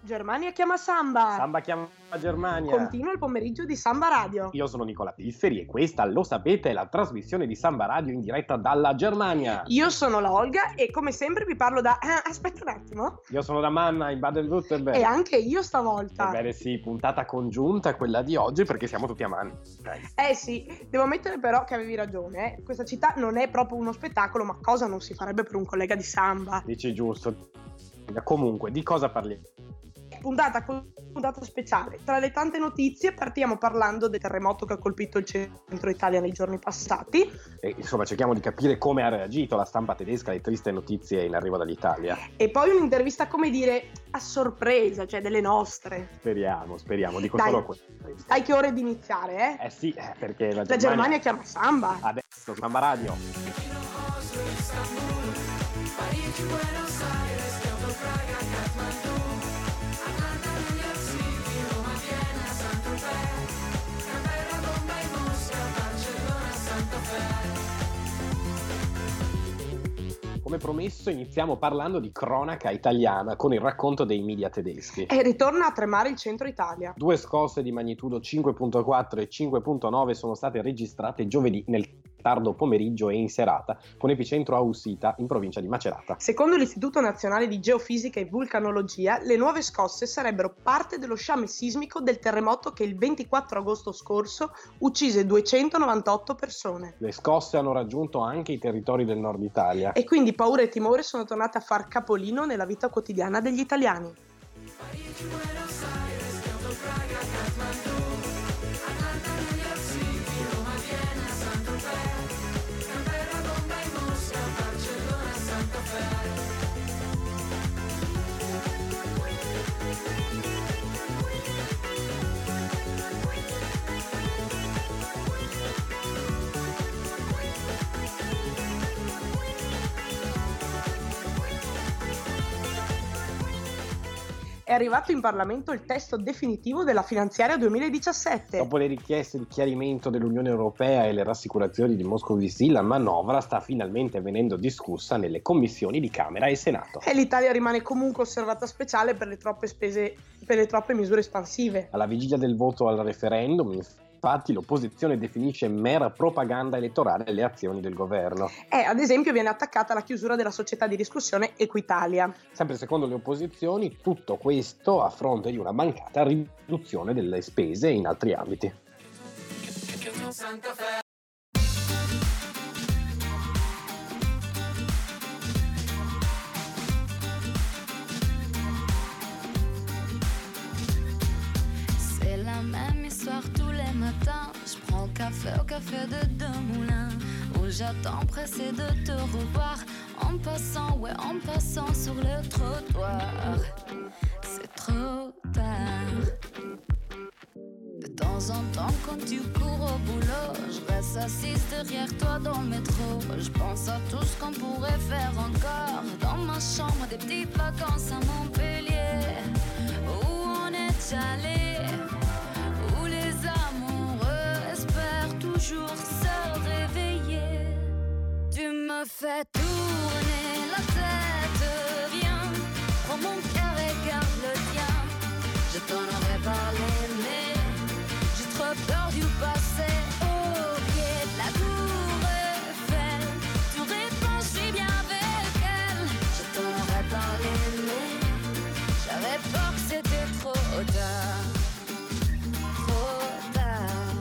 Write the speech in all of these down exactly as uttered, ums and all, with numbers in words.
Germania chiama Samba. Samba chiama Germania. Continua il pomeriggio di Samba Radio. Io sono Nicola Pifferi e questa, lo sapete, è la trasmissione di Samba Radio in diretta dalla Germania. Io sono la Olga e come sempre vi parlo da... Eh, aspetta un attimo. Io sono da Manna in Baden-Württemberg. E anche io stavolta. Ebbene sì, puntata congiunta quella di oggi perché siamo tutti a Manna. Eh sì, devo ammettere però che avevi ragione. Eh. Questa città non è proprio uno spettacolo, ma cosa non si farebbe per un collega di Samba? Dici giusto. Comunque, di cosa parliamo? Puntata, puntata speciale. Tra le tante notizie partiamo parlando del terremoto che ha colpito il centro Italia nei giorni passati. E, insomma, cerchiamo di capire come ha reagito la stampa tedesca alle tristi notizie in arrivo dall'Italia. E poi un'intervista, come dire, a sorpresa, cioè delle nostre. Speriamo, speriamo, dico Dai, solo questo. Dai che ora è di iniziare, eh? Eh sì, perché la Germania... La Germania chiama Samba. Adesso, Samba Radio. Come promesso iniziamo parlando di cronaca italiana con il racconto dei media tedeschi. E ritorna a tremare il centro Italia. Due scosse di magnitudo cinque virgola quattro e cinque virgola nove sono state registrate giovedì nel tardo pomeriggio e in serata, con epicentro a Ussita, in provincia di Macerata. Secondo l'Istituto Nazionale di Geofisica e Vulcanologia, le nuove scosse sarebbero parte dello sciame sismico del terremoto che il ventiquattro agosto scorso uccise duecentonovantotto persone. Le scosse hanno raggiunto anche i territori del nord Italia. E quindi paura e timore sono tornate a far capolino nella vita quotidiana degli italiani. È arrivato in Parlamento il testo definitivo della finanziaria duemiladiciassette. Dopo le richieste di chiarimento dell'Unione Europea e le rassicurazioni di Moscovici, la manovra sta finalmente venendo discussa nelle commissioni di Camera e Senato. E l'Italia rimane comunque osservata speciale per le troppe spese, per le troppe misure espansive. Alla vigilia del voto al referendum, infatti, l'opposizione definisce mera propaganda elettorale le azioni del governo. E, ad esempio, viene attaccata la chiusura della società di riscossione Equitalia. Sempre secondo le opposizioni, tutto questo a fronte di una mancata riduzione delle spese in altri ambiti. Je prends le café au café de deux moulins où j'attends pressé de te revoir en passant, ouais, en passant sur le trottoir. C'est trop tard. De temps en temps quand tu cours au boulot, je reste assise derrière toi dans le métro. Je pense à tout ce qu'on pourrait faire encore dans ma chambre, des petites vacances à Montpellier où on est allé, où les amoureux espèrent toujours se réveiller. Tu me fais tourner la tête, viens, prends mon cœur et garde le tien. Je t'en aurais parlé mais j'ai trop peur du passé. Au pied de la tour Eiffel, tu réponds, je suis bien avec elle. Je t'en aurais parlé mais j'avais peur que c'était trop tard. Trop tard.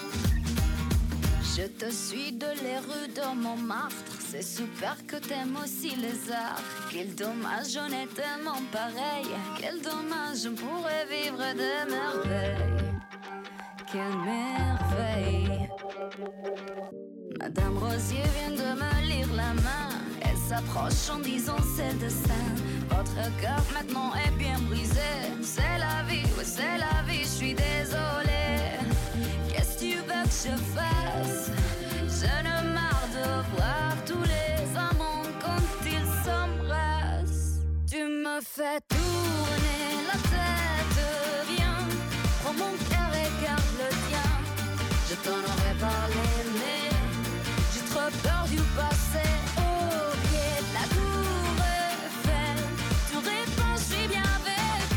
Je te suis de les rues de Montmartre. C'est super que t'aimes aussi les arts. Quel dommage, on est tellement pareil. Quel dommage, on pourrait vivre de merveilles. Quelle merveille. Madame Rosier vient de me lire la main. Elle s'approche en disant c'est le destin. Votre cœur maintenant est bien brisé. C'est la vie, oui c'est la vie, je suis désolée. Qu'est-ce que tu veux que je fasse? Je ne marre de voir tous les amants quand ils s'embrassent. Tu me fais tourner la tête, viens, prends mon cœur et garde le tien. Je t'en aurais parlé mais j'ai trop peur du passé. Au pied de la tour Eiffel, tu réponds, je suis bien avec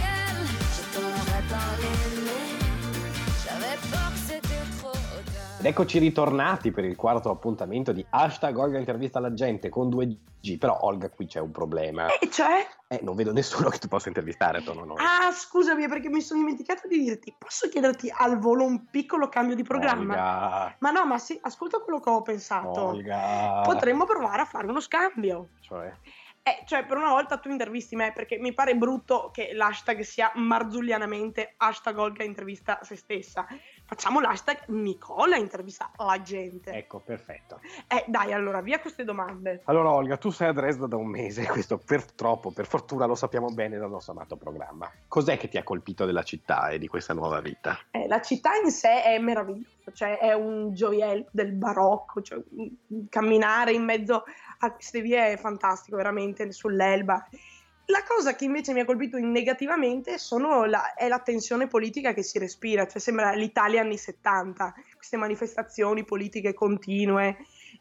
Ed eccoci ritornati per il quarto appuntamento di hashtag Olga intervista alla gente con due G, però Olga qui c'è un problema. E cioè? Eh, non vedo nessuno che tu possa intervistare attorno a noi. Ah, scusami, perché mi sono dimenticata di dirti, posso chiederti al volo un piccolo cambio di programma? Olga. Ma no, ma sì, ascolta quello che ho pensato. Olga. Potremmo provare a fare uno scambio. Cioè? Eh, cioè, per una volta tu intervisti me, perché mi pare brutto che l'hashtag sia marzullianamente hashtag Olga intervista se stessa. Facciamo l'hashtag Nicola intervista la gente. Ecco, perfetto. Eh, dai, allora, via queste domande. Allora, Olga, tu sei a Dresda da un mese, questo purtroppo, per fortuna lo sappiamo bene dal nostro amato programma. Cos'è che ti ha colpito della città e di questa nuova vita? Eh, la città in sé è meravigliosa, cioè è un gioiello del barocco, cioè, camminare in mezzo a queste vie è fantastico, veramente, sull'Elba. La cosa che invece mi ha colpito negativamente sono la, è la tensione politica che si respira, cioè sembra l'Italia anni settanta, queste manifestazioni politiche continue.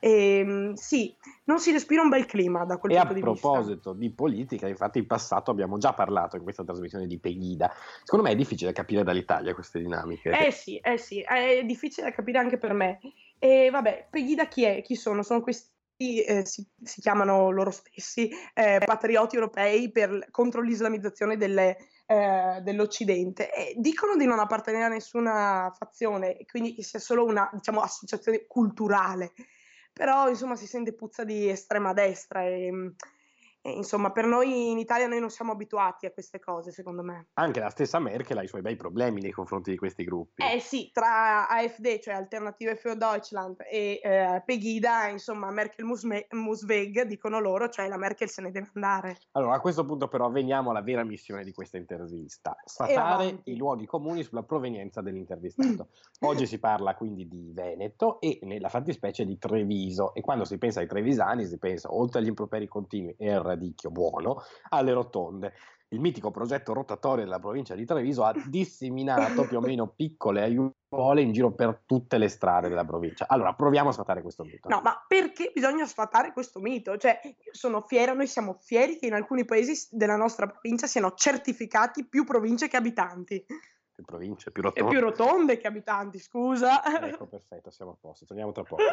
E, sì, non si respira un bel clima da quel e punto di vista. E a proposito di politica, infatti in passato abbiamo già parlato in questa trasmissione di Pegida. Secondo me è difficile capire dall'Italia queste dinamiche. Eh sì, eh sì, è difficile da capire anche per me. E vabbè, Pegida chi è? Chi sono? Sono questi Eh, si, si chiamano loro stessi eh, patrioti europei per, contro l'islamizzazione delle, eh, dell'Occidente, e dicono di non appartenere a nessuna fazione e quindi che sia solo una, diciamo, associazione culturale, però insomma si sente puzza di estrema destra e, e insomma per noi in Italia noi non siamo abituati a queste cose, secondo me. Anche la stessa Merkel ha i suoi bei problemi nei confronti di questi gruppi. Eh sì, tra A F D, cioè Alternative für Deutschland, e eh, Pegida, insomma, Merkel muss, muss weg, dicono loro, cioè la Merkel se ne deve andare. Allora, a questo punto però veniamo alla vera missione di questa intervista, sfatare i luoghi comuni sulla provenienza dell'intervistato. Oggi si parla quindi di Veneto e nella fattispecie di Treviso, e quando si pensa ai trevisani si pensa, oltre agli improperi continui e al radicchio buono, alle rotonde. Il mitico progetto rotatorio della provincia di Treviso ha disseminato più o meno piccole aiuole in giro per tutte le strade della provincia. Allora, proviamo a sfatare questo mito. No, ma perché bisogna sfatare questo mito? Cioè, io sono fiera, noi siamo fieri che in alcuni paesi della nostra provincia siano certificati più province che abitanti. Più province, più rotonde. E più rotonde che abitanti, scusa. Ecco, perfetto, siamo a posto. Torniamo tra poco.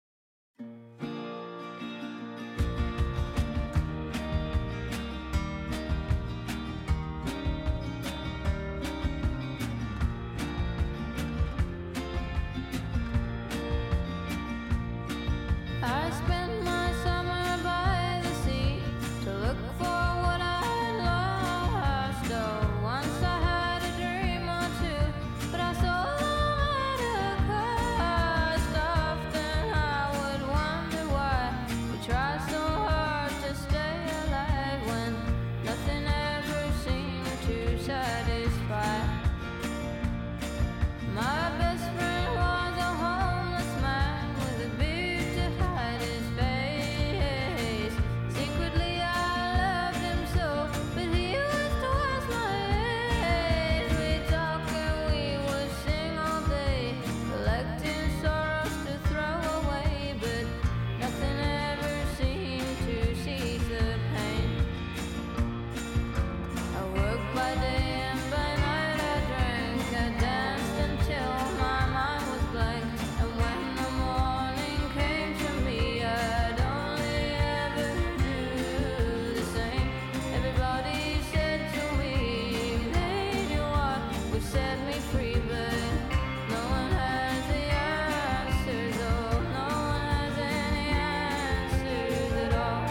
I spent my summer by the sea to look for what I lost. Oh, once I had a dream or two, but I saw them at a cost. Often I would wonder why we try so hard to stay alive when nothing ever seemed to satisfy. My best friend was a homeless man with a beard to hide his face. Secretly I loved him so, but he was twice my age. We'd talk and we would sing all day, collecting sorrows to throw away, but nothing ever seemed to seize the pain. I worked by day and by night I drank, I danced until my mind was blank, and when the morning came to me I'd only ever do the same. Everybody said to me they'd do what would set me free, but no one has the answers, oh, no one has any answers at all.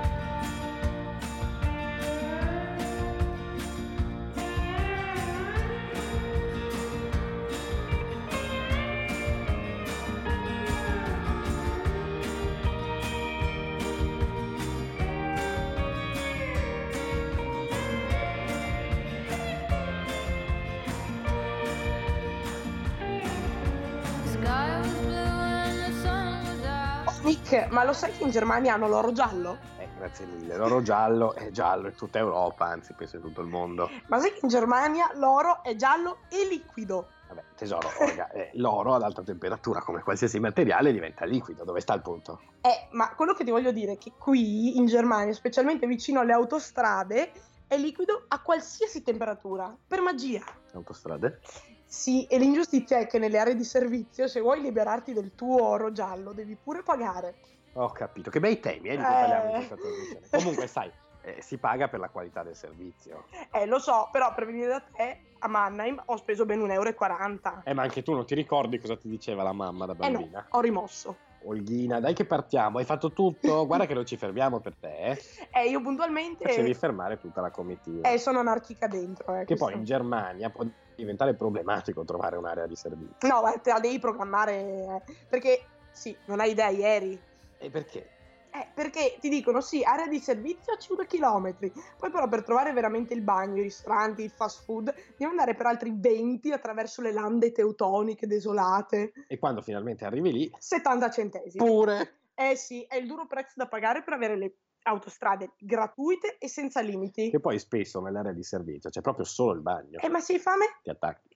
The sky was blue and the sun was out. Nick, ma lo sai che in Germania hanno l'oro giallo? Eh, grazie mille. L'oro giallo è giallo in tutta Europa, anzi penso in tutto il mondo. Ma sai che in Germania l'oro è giallo e liquido? Vabbè, tesoro, Olga, eh, l'oro ad alta temperatura, come qualsiasi materiale, diventa liquido. Dove sta il punto? Eh, ma quello che ti voglio dire è che qui in Germania, specialmente vicino alle autostrade, è liquido a qualsiasi temperatura, per magia. Autostrade? Sì, e l'ingiustizia è che nelle aree di servizio, se vuoi liberarti del tuo oro giallo, devi pure pagare. Ho capito, che bei temi, eh, di cui parliamo in questa trasmissione. Comunque, sai, eh, si paga per la qualità del servizio. Eh, lo so, però per venire da te a Mannheim ho speso ben un euro e quaranta. Eh, ma anche tu non ti ricordi cosa ti diceva la mamma da bambina? Eh no, ho rimosso. Olghina, dai che partiamo, hai fatto tutto? Guarda che non ci fermiamo per te, eh. Eh, io puntualmente... Facevi fermare tutta la comitiva. Eh, sono anarchica dentro, eh. Che questo... poi in Germania può diventare problematico trovare un'area di servizio. No, te la devi programmare, eh, perché, sì, non hai idea, ieri. E perché? Eh, perché ti dicono sì, area di servizio a cinque chilometri, poi però per trovare veramente il bagno, i ristoranti, il fast food, devi andare per altri venti attraverso le lande teutoniche desolate. E quando finalmente arrivi lì... settanta centesimi. Pure! Eh sì, è il duro prezzo da pagare per avere le autostrade gratuite e senza limiti. Che poi spesso nell'area di servizio c'è proprio solo il bagno. Eh, ma sei fame? Ti attacchi.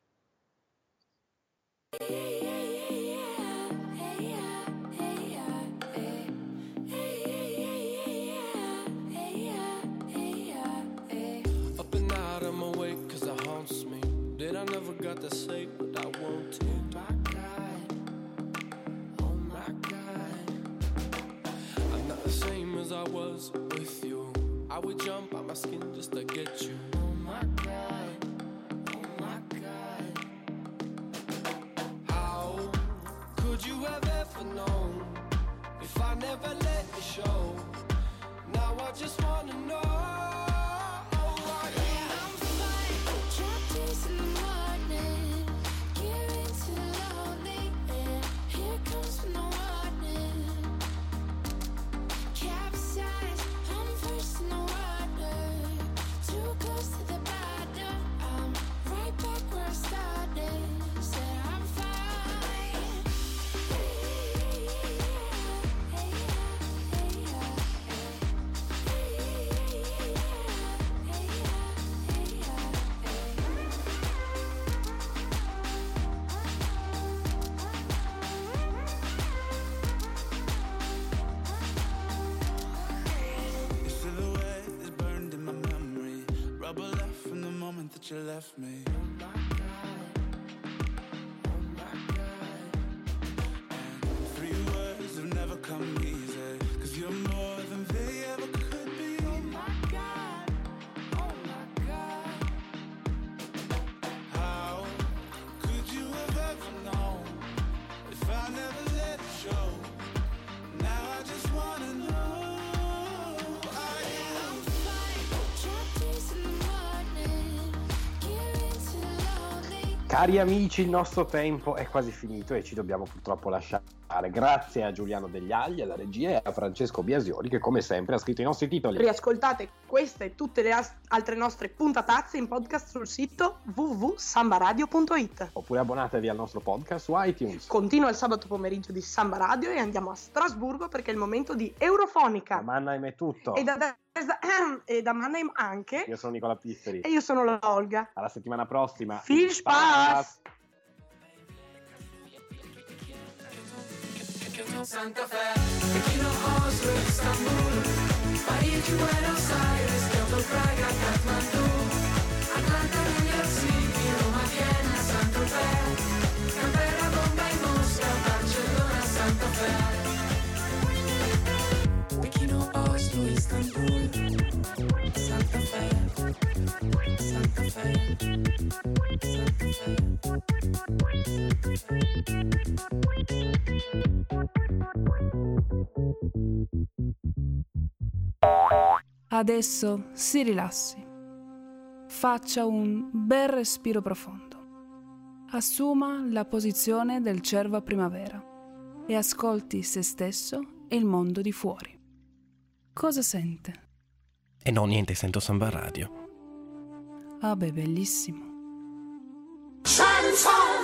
I never got to say what I want to. Oh my God, oh my God, I'm not the same as I was with you. I would jump out my skin just to get you. Oh my God, oh my God, how could you have ever known if I never let you show? Now I just wanna know. That you left me. Oh my God, oh my God. And three words have never come easy, 'cause you're more than they ever could be. Oh my God, oh my God. How could you have ever known if I never let it show? Now I just wanna know. Cari amici, il nostro tempo è quasi finito e ci dobbiamo purtroppo lasciare. Grazie a Giuliano Degli Agli, alla regia, e a Francesco Biasioni che come sempre ha scritto i nostri titoli. Riascoltate questa e tutte le as- altre nostre puntatazze in podcast sul sito w w w punto sambaradio punto it. Oppure abbonatevi al nostro podcast su iTunes. Continua il sabato pomeriggio di Samba Radio e andiamo a Strasburgo perché è il momento di Eurofonica. Da Mannheim è tutto. E da, da, da, e da Mannheim anche. Io sono Nicola Pifferi. E io sono la Olga. Alla settimana prossima. Viel Spaß! Santa Fe, Pechino, Oslo, Istanbul, Parigi, Buenos Aires, Kyoto, Praga, Kathmandu, Atlanta, New York City, Roma, Vienna, Santa Fe, Canberra, Bombay, Mosca, Barcellona, Santa Fe, Pechino, Oslo, Istanbul, Santa Fe, Santa Fe, Santa Fe. Adesso si rilassi. Faccia un bel respiro profondo. Assuma la posizione del cervo a primavera e ascolti se stesso e il mondo di fuori. Cosa sente? E no, niente, sento Samba Radio. Ah beh, bellissimo. Senza